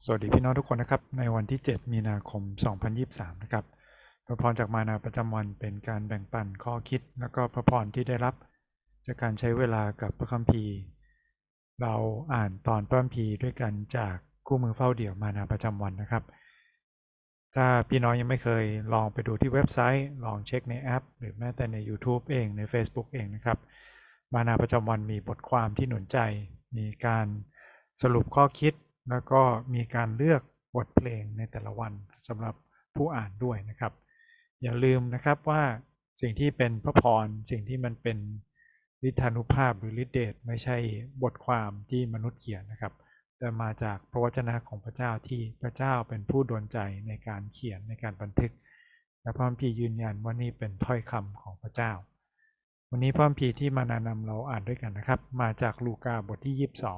สวัสดีพี่น้องทุกคนนะครับในวันที่7มีนาคม2023นะครับพระพรจากมานาประจำวันเป็นการแบ่งปันข้อคิดแล้วก็พระพรที่ได้รับจากการใช้เวลากับพระคัมภีร์เราอ่านตอนพระคัมภีร์ด้วยกันจากคู่มือเฝ้าเดี่ยวมานาประจำวันนะครับถ้าพี่น้องยังไม่เคยลองไปดูที่เว็บไซต์ลองเช็คในแอปหรือแม้แต่ใน YouTube เองใน Facebook เองนะครับมานาประจำวันมีบทความที่หนุนใจมีการสรุปข้อคิดแล้วก็มีการเลือกบทเพลงในแต่ละวันสำหรับผู้อ่านด้วยนะครับอย่าลืมนะครับว่าสิ่งที่เป็นพระพรสิ่งที่มันเป็นฤทธานุภาพหรือฤทธิเดชไม่ใช่บทความที่มนุษย์เขียนนะครับแต่มาจากพระวจนะของพระเจ้าที่พระเจ้าเป็นผู้ดลใจในการเขียนในการบันทึกและพระคัมภีร์ยืนยันว่านี่เป็นถ้อยคำของพระเจ้าวันนี้พระคัมภีร์ที่มานานำเราอ่านด้วยกันนะครับมาจากลูกาบทที่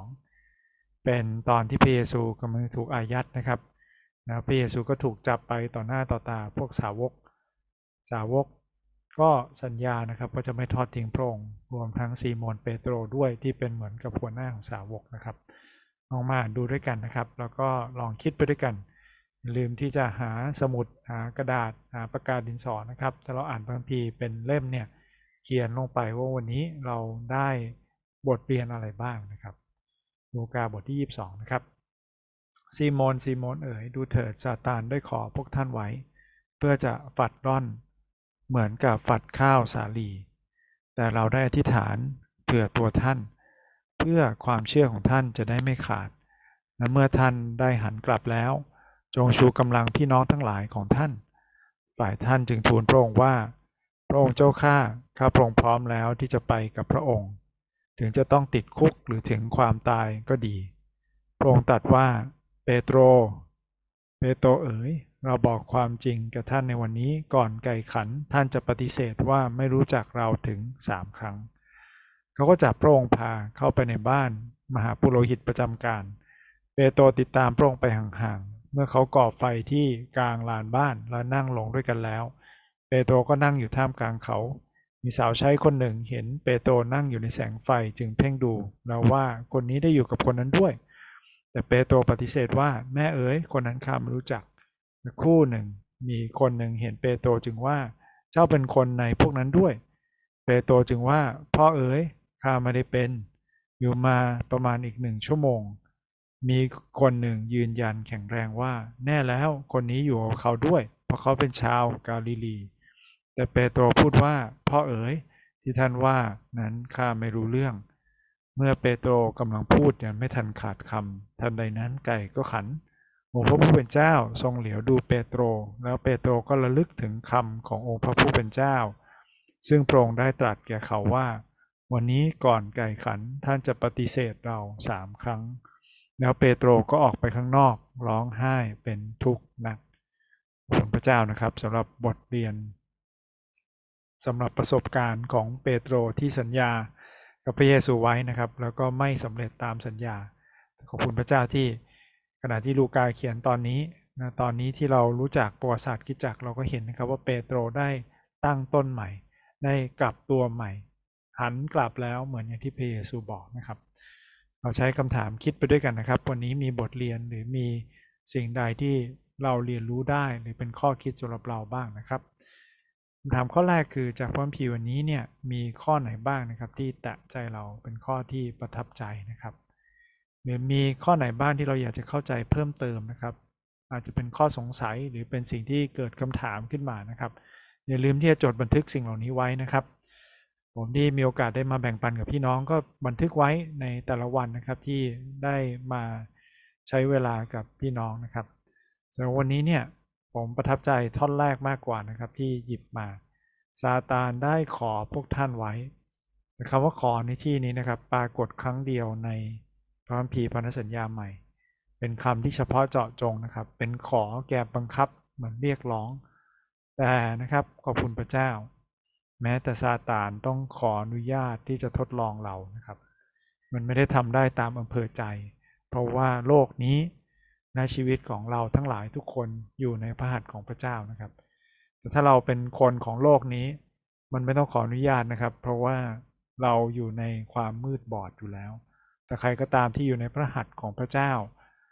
22เป็นตอนที่พระเยซูกำลังถูกอายัดนะครับนะพระเยซูก็ถูกจับไปต่อหน้าต่อตาพวกสาวกก็สัญญานะครับว่าจะไม่ทอดทิ้งพระองค์รวมทั้งซีโมนเปโตรด้วยที่เป็นเหมือนกับหัวหน้าของสาวกนะครับลองมาดูด้วยกันนะครับแล้วก็ลองคิดไปด้วยกันอย่าลืมที่จะหาสมุดหากระดาษหาปากกาดินสอนะครับถ้าเราอ่านพระคัมภีร์เป็นเล่มเนี่ยเขียนลงไปว่าวันนี้เราได้บทเรียนอะไรบ้างนะครับลูกาบทที่22นะครับซีโมนเอ๋ยดูเถิดซาตานได้ขอพวกท่านไว้เพื่อจะฝัดร่อนเหมือนกับฝัดข้าวสาลีแต่เราได้อธิษฐานเผื่อตัวท่านเพื่อความเชื่อของท่านจะได้ไม่ขาดและเมื่อท่านได้หันกลับแล้วจงชูกำลังพี่น้องทั้งหลายของท่านฝ่ายท่านจึงทูลพระองค์ว่าพระองค์เจ้าข้าพระองค์พร้อมแล้วที่จะไปกับพระองค์ถึงจะต้องติดคุกหรือถึงความตายก็ดีพระองค์ตรัสว่าเปโตรเอ๋ยเราบอกความจริงกับท่านในวันนี้ก่อนไก่ขันท่านจะปฏิเสธว่าไม่รู้จักเราถึง3 ครั้งเขาก็จับพระองค์พาเข้าไปในบ้านมหาปุโรหิตประจำการเปโตรติดตามพระองค์ไปห่างๆเมื่อเขาก่อไฟที่กลางลานบ้านและนั่งลงด้วยกันแล้วเปโตรก็นั่งอยู่ท่ามกลางเขามีสาวใช้คนหนึ่งเห็นเปโตรนั่งอยู่ในแสงไฟจึงเพ่งดูแล้วว่าคนนี้ได้อยู่กับคนนั้นด้วยแต่เปโตรปฏิเสธว่าแม่เอ๋ยคนนั้นข้าไม่รู้จักคู่หนึ่งมีคนหนึ่งเห็นเปโตรจึงว่าเจ้าเป็นคนในพวกนั้นด้วยเปโตรจึงว่าพ่อเอ๋ยข้าไม่ได้เป็นอยู่มาประมาณอีก1 ชั่วโมงมีคนหนึ่งยืนยันแข็งแรงว่าแน่แล้วคนนี้อยู่กับเขาด้วยเพราะเขาเป็นชาวกาลิลีแต่เปโตรพูดว่าพ่อเอ๋ยที่ท่านว่านั้นข้าไม่รู้เรื่องเมื่อเปโตรกำลังพูดยังไม่ทันขาดคำทันใดนั้นไก่ก็ขันองค์พระผู้เป็นเจ้าทรงเหลียวดูเปโตรแล้วเปโตรก็ระลึกถึงคำขององค์พระผู้เป็นเจ้าซึ่งพระองค์ได้ตรัสแก่เขาว่าวันนี้ก่อนไก่ขันท่านจะปฏิเสธเรา3 ครั้งแล้วเปโตรก็ออกไปข้างนอกร้องไห้เป็นทุกข์หนักขอบคุณพระเจ้านะครับสำหรับบทเรียนสำหรับประสบการณ์ของเปโตรที่สัญญากับพระเยซูไว้นะครับแล้วก็ไม่สำเร็จตามสัญญาขอบคุณพระเจ้าที่ขณะที่ลูกาเขียนตอนนี้นะตอนนี้ที่เรารู้จักประวัติศาสตร์คริสตจักรเราก็เห็นนะครับว่าเปโตรได้ตั้งต้นใหม่ได้กลับตัวใหม่หันกลับแล้วเหมือนอย่างที่พระเยซูบอกนะครับเราใช้คำถามคิดไปด้วยกันนะครับวันนี้มีบทเรียนหรือมีสิ่งใดที่เราเรียนรู้ได้หรือเป็นข้อคิดสำหรับเราบ้างนะครับคำถามข้อแรกคือจากพระคัมภีร์วันนี้เนี่ยมีข้อไหนบ้างนะครับที่แตะใจเราเป็นข้อที่ประทับใจนะครับหรือมีข้อไหนบ้างที่เราอยากจะเข้าใจเพิ่มเติมนะครับอาจจะเป็นข้อสงสัยหรือเป็นสิ่งที่เกิดคำถามขึ้นมานะครับอย่าลืมที่จะจดบันทึกสิ่งเหล่านี้ไว้นะครับผมที่มีโอกาสได้มาแบ่งปันกับพี่น้องก็บันทึกไว้ในแต่ละวันนะครับที่ได้มาใช้เวลากับพี่น้องนะครับสำหรับวันนี้เนี่ยผมประทับใจท่อนแรกมากกว่านะครับที่หยิบมาซาตานได้ขอพวกท่านไว้คำว่าขอในที่นี้นะครับปรากฏครั้งเดียวในพระคัมภีร์พันธสัญญาใหม่เป็นคำที่เฉพาะเจาะจงนะครับเป็นขอแก่บังคับเหมือนเรียกร้องแต่นะครับขอบคุณพระเจ้าแม้แต่ซาตานต้องขออนุญาตที่จะทดลองเรานะครับมันไม่ได้ทำได้ตามอำเภอใจเพราะว่าโลกนี้ในชีวิตของเราทั้งหลายทุกคนอยู่ในพระหัตถ์ของพระเจ้านะครับแต่ถ้าเราเป็นคนของโลกนี้มันไม่ต้องขออนุญาตนะครับเพราะว่าเราอยู่ในความมืดบอดอยู่แล้วแต่ใครก็ตามที่อยู่ในพระหัตถ์ของพระเจ้า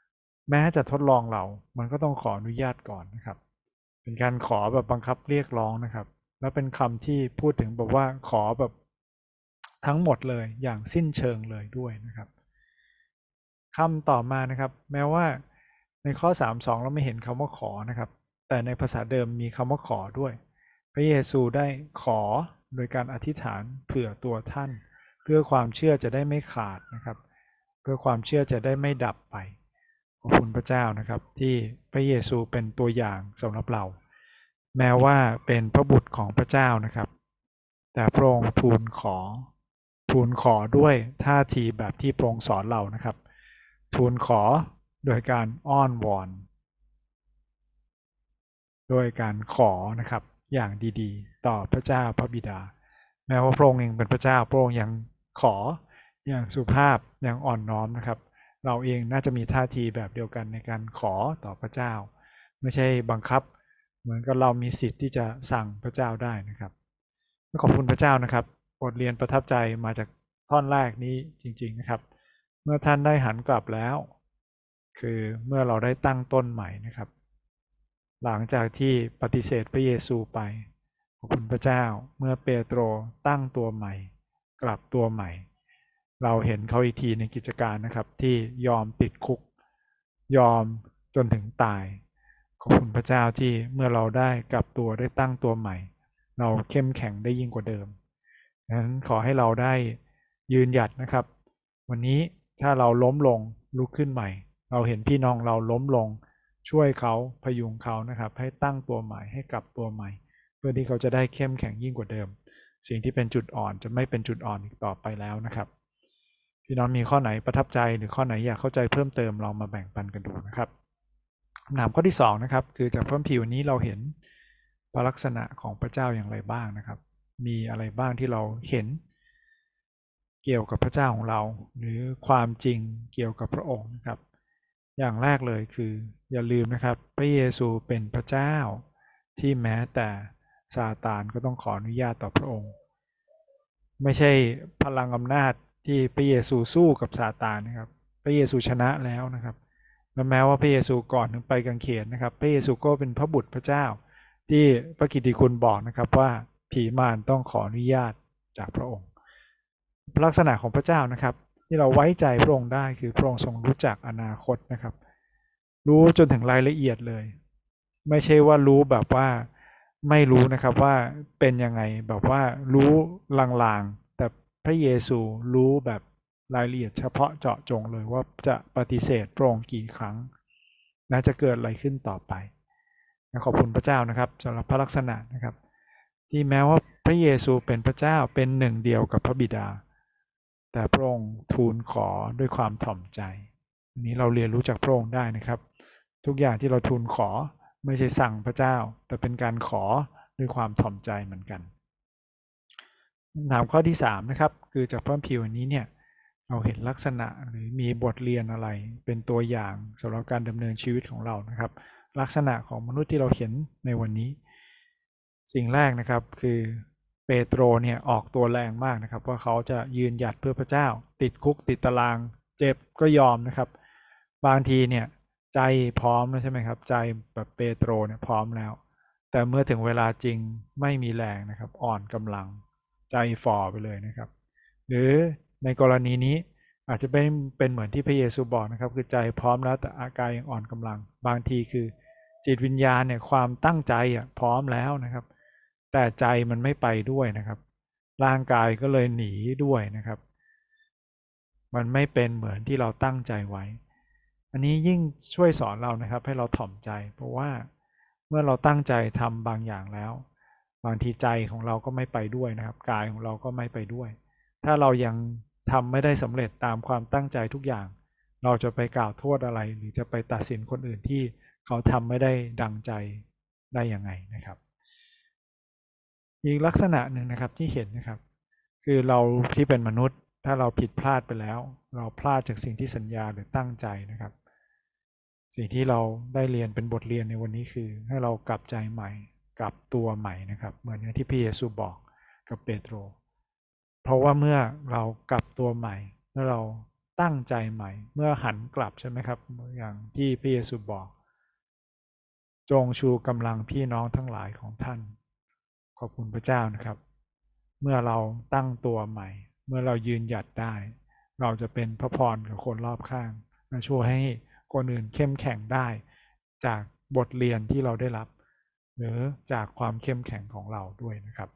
แม้จะทดลองเรามันก็ต้องขออนุญาตก่อนนะครับเป็นการขอแบบบังคับเรียกร้องนะครับแล้วเป็นคำที่พูดถึงแบบว่าขอแบบทั้งหมดเลยอย่างสิ้นเชิงเลยด้วยนะครับคำต่อมานะครับแม้ว่าในข้อ3:2เราไม่เห็นคำว่าขอนะครับแต่ในภาษาเดิมมีคำว่าขอด้วยพระเยซูได้ขอโดยการอธิษฐานเผื่อตัวท่านเพื่อความเชื่อจะได้ไม่ขาดนะครับเพื่อความเชื่อจะได้ไม่ดับไปขอบคุณพระเจ้านะครับที่พระเยซูเป็นตัวอย่างสำหรับเราแม้ว่าเป็นพระบุตรของพระเจ้านะครับแต่พระองค์ทูลขอด้วยท่าทีแบบที่พระองค์สอนเรานะครับทูลขอโดยการอ้อนวอนโดยการขอนะครับอย่างดีๆต่อพระเจ้าพระบิดาแม้ว่าพระองค์เองเป็นพระเจ้าพระองค์ยังขออย่างสุภาพอย่างอ่อนน้อมนะครับเราเองน่าจะมีท่าทีแบบเดียวกันในการขอต่อพระเจ้าไม่ใช่บังคับเหมือนกับเรามีสิทธิ์ที่จะสั่งพระเจ้าได้นะครับขอบคุณพระเจ้านะครับบทเรียนประทับใจมาจากท่อนแรกนี้จริงๆนะครับเมื่อท่านได้หันกลับแล้วคือเมื่อเราได้ตั้งต้นใหม่นะครับหลังจากที่ปฏิเสธพระเยซูไปขอบคุณพระเจ้าเมื่อเปโตรตั้งตัวใหม่กลับตัวใหม่เราเห็นเขาอีกทีในกิจการนะครับที่ยอมติดคุกยอมจนถึงตายขอบคุณพระเจ้าที่เมื่อเราได้กลับตัวได้ตั้งตัวใหม่เราเข้มแข็งได้ยิ่งกว่าเดิมดังนั้นขอให้เราได้ยืนหยัดนะครับวันนี้ถ้าเราล้มลงลุกขึ้นใหม่เราเห็นพี่น้องเราล้มลงช่วยเขาพยุงเขานะครับให้ตั้งตัวใหม่ให้กลับตัวใหม่เพื่อที่เขาจะได้เข้มแข็งยิ่งกว่าเดิมสิ่งที่เป็นจุดอ่อนจะไม่เป็นจุดอ่อนอีกต่อไปแล้วนะครับพี่น้องมีข้อไหนประทับใจหรือข้อไหนอยากเข้าใจเพิ่มเติมลองมาแบ่งปันกันดูนะครับคำถามข้อที่2นะครับคือจากพระคัมภีร์วันนี้เราเห็นพระลักษณะของพระเจ้าอย่างไรบ้างนะครับมีอะไรบ้างที่เราเห็นเกี่ยวกับพระเจ้าของเราหรือความจริงเกี่ยวกับพระองค์นะครับอย่างแรกเลยคืออย่าลืมนะครับพระเยซูเป็นพระเจ้าที่แม้แต่ซาตานก็ต้องขออนุญาตต่อพระองค์ไม่ใช่พลังอำนาจที่พระเยซูสู้กับซาตานนะครับพระเยซูชนะแล้วนะครับและแม้ว่าพระเยซูก่อนถึงไปกางเขนนะครับพระเยซูก็เป็นพระบุตรพระเจ้าที่พระกิตติคุณบอกนะครับว่าผีมารต้องขออนุญาตจากพระองค์ลักษณะของพระเจ้านะครับที่เราไว้ใจพระองค์ได้คือพระองค์ทรงรู้จักอนาคตนะครับรู้จนถึงรายละเอียดเลยไม่ใช่ว่ารู้แบบว่าไม่รู้นะครับว่าเป็นยังไงแบบว่ารู้ลางๆแต่พระเยซูรู้แบบรายละเอียดเฉพาะเจาะจงเลยว่าจะปฏิเสธพระองค์กี่ครั้งและจะเกิดอะไรขึ้นต่อไปขอบคุณพระเจ้านะครับสำหรับพระลักษณะนะครับที่แม้ว่าพระเยซูเป็นพระเจ้าเป็นหนึ่งเดียวกับพระบิดาแต่พระองค์ทูลขอด้วยความถ่อมใจอันนี้เราเรียนรู้จากพระองค์ได้นะครับทุกอย่างที่เราทูลขอไม่ใช่สั่งพระเจ้าแต่เป็นการขอด้วยความถ่อมใจเหมือนกันถามข้อที่3นะครับคือจากพระคัมภีร์วันนี้เนี่ยเราเห็นลักษณะหรือมีบทเรียนอะไรเป็นตัวอย่างสำหรับการดำเนินชีวิตของเรานะครับลักษณะของมนุษย์ที่เราเห็นในวันนี้สิ่งแรกนะครับคือเปโตรเนี่ยออกตัวแรงมากนะครับว่าเขาจะยืนหยัดเพื่อพระเจ้าติดคุกติดตารางเจ็บก็ยอมนะครับบางทีเนี่ยใจพร้อมแล้วใช่ไหมครับใจแบบเปโตรเนี่ยพร้อมแล้วแต่เมื่อถึงเวลาจริงไม่มีแรงนะครับอ่อนกำลังใจฝ่อไปเลยนะครับหรือในกรณีนี้อาจจะเป็นเหมือนที่พระเยซูบอกนะครับคือใจพร้อมแล้วแต่อาการยังอ่อนกำลังบางทีคือจิตวิญญาณเนี่ยความตั้งใจพร้อมแล้วนะครับแต่ใจมันไม่ไปด้วยนะครับร่างกายก็เลยหนีด้วยนะครับมันไม่เป็นเหมือนที่เราตั้งใจไว้อันนี้ยิ่งช่วยสอนเรานะครับให้เราถ่อมใจเพราะว่าเมื่อเราตั้งใจทำบางอย่างแล้วบางทีใจของเราก็ไม่ไปด้วยนะครับกายของเราก็ไม่ไปด้วยถ้าเรายังทำไม่ได้สำเร็จตามความตั้งใจทุกอย่างเราจะไปกล่าวโทษอะไรหรือจะไปตัดสินคนอื่นที่เขาทำไม่ได้ดังใจได้ยังไงนะครับอีกลักษณะหนึ่งนะครับที่เห็นนะครับคือเราที่เป็นมนุษย์ถ้าเราผิดพลาดไปแล้วเราพลาดจากสิ่งที่สัญญาหรือตั้งใจนะครับสิ่งที่เราได้เรียนเป็นบทเรียนในวันนี้คือให้เรากลับใจใหม่กลับตัวใหม่นะครับเหมือนอย่างที่พระเยซูบอกกับเปโตรเพราะว่าเมื่อเรากลับตัวใหม่เมื่อเราตั้งใจใหม่เมื่อหันกลับใช่ไหมครับอย่างที่พระเยซูบอกจงชูกำลังพี่น้องทั้งหลายของท่านขอบคุณพระเจ้านะครับเมื่อเราตั้งตัวใหม่เมื่อเรายืนหยัดได้เราจะเป็นพระพรกับคนรอบข้างและช่วยให้คนอื่นเข้มแข็งได้จากบทเรียนที่เราได้รับหรือจากความเข้มแข็งของเราด้วยนะครับ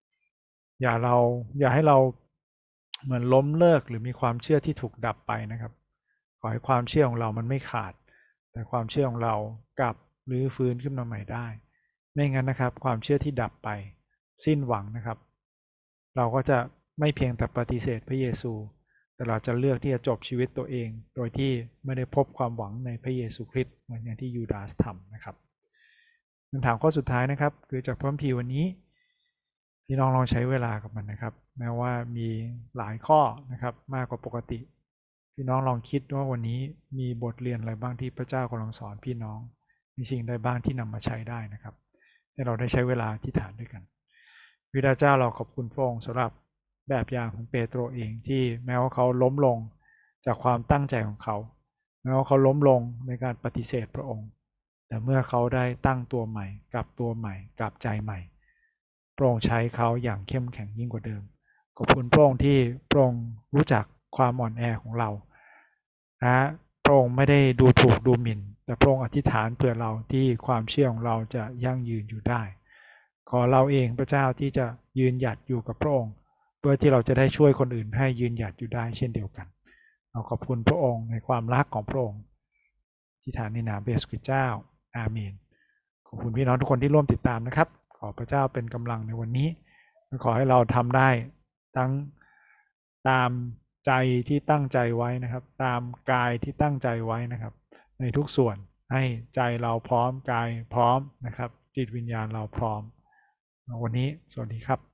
อย่าให้เราเหมือนล้มเลิกหรือมีความเชื่อที่ถูกดับไปนะครับขอให้ความเชื่อของเรามันไม่ขาดแต่ความเชื่อของเรากลับหรือฟื้นขึ้นมาใหม่ได้ไม่งั้นนะครับความเชื่อที่ดับไปสิ้นหวังนะครับเราก็จะไม่เพียงแต่ปฏิเสธพระเยซูแต่เราจะเลือกที่จะจบชีวิตตัวเองโดยที่ไม่ได้พบความหวังในพระเยซูคริสต์เหมือนอย่างที่ยูดาสทำนะครับคำถามข้อสุดท้ายนะครับคือจากพระคัมภีร์วันนี้พี่น้องลองใช้เวลากับมันนะครับแม้ว่ามีหลายข้อนะครับมากกว่าปกติพี่น้องลองคิดว่าวันนี้มีบทเรียนอะไรบ้างที่พระเจ้ากำลังสอนพี่น้องมีสิ่งใดบ้างที่นำมาใช้ได้นะครับให้เราได้ใช้เวลาที่ฐานด้วยกันพระเจ้าเราขอบคุณพระองค์สำหรับแบบอย่างของเปโตรเองที่แม้ว่าเขาล้มลงจากความตั้งใจของเขาแม้ว่าเขาล้มลงในการปฏิเสธพระองค์แต่เมื่อเขาได้ตั้งตัวใหม่กลับตัวใหม่กลับใจใหม่พระองค์ใช้เขาอย่างเข้มแข็งยิ่งกว่าเดิมขอบคุณพระองค์ที่พระองค์รู้จักความอ่อนแอของเรานะพระองค์ไม่ได้ดูถูกดูหมิ่นแต่พระองค์อธิษฐานเพื่อเราที่ความเชื่อของเราจะยั่งยืนอยู่ได้ขอเราเองพระเจ้าที่จะยืนหยัดอยู่กับพระองค์เพื่อที่เราจะได้ช่วยคนอื่นให้ยืนหยัดอยู่ได้เช่นเดียวกันเราขอบคุณพระองค์ในความรักของพระองค์ที่ฐานในนามพระเยซูคริสต์เจ้าอาเมนขอบคุณพี่น้องทุกคนที่ร่วมติดตามนะครับขอพระเจ้าเป็นกำลังในวันนี้ขอให้เราทำได้ทั้งตามใจที่ตั้งใจไว้นะครับตามกายที่ตั้งใจไว้นะครับในทุกส่วนให้ใจเราพร้อมกายพร้อมนะครับจิตวิญญาณเราพร้อมวันนี้สวัสดีครับ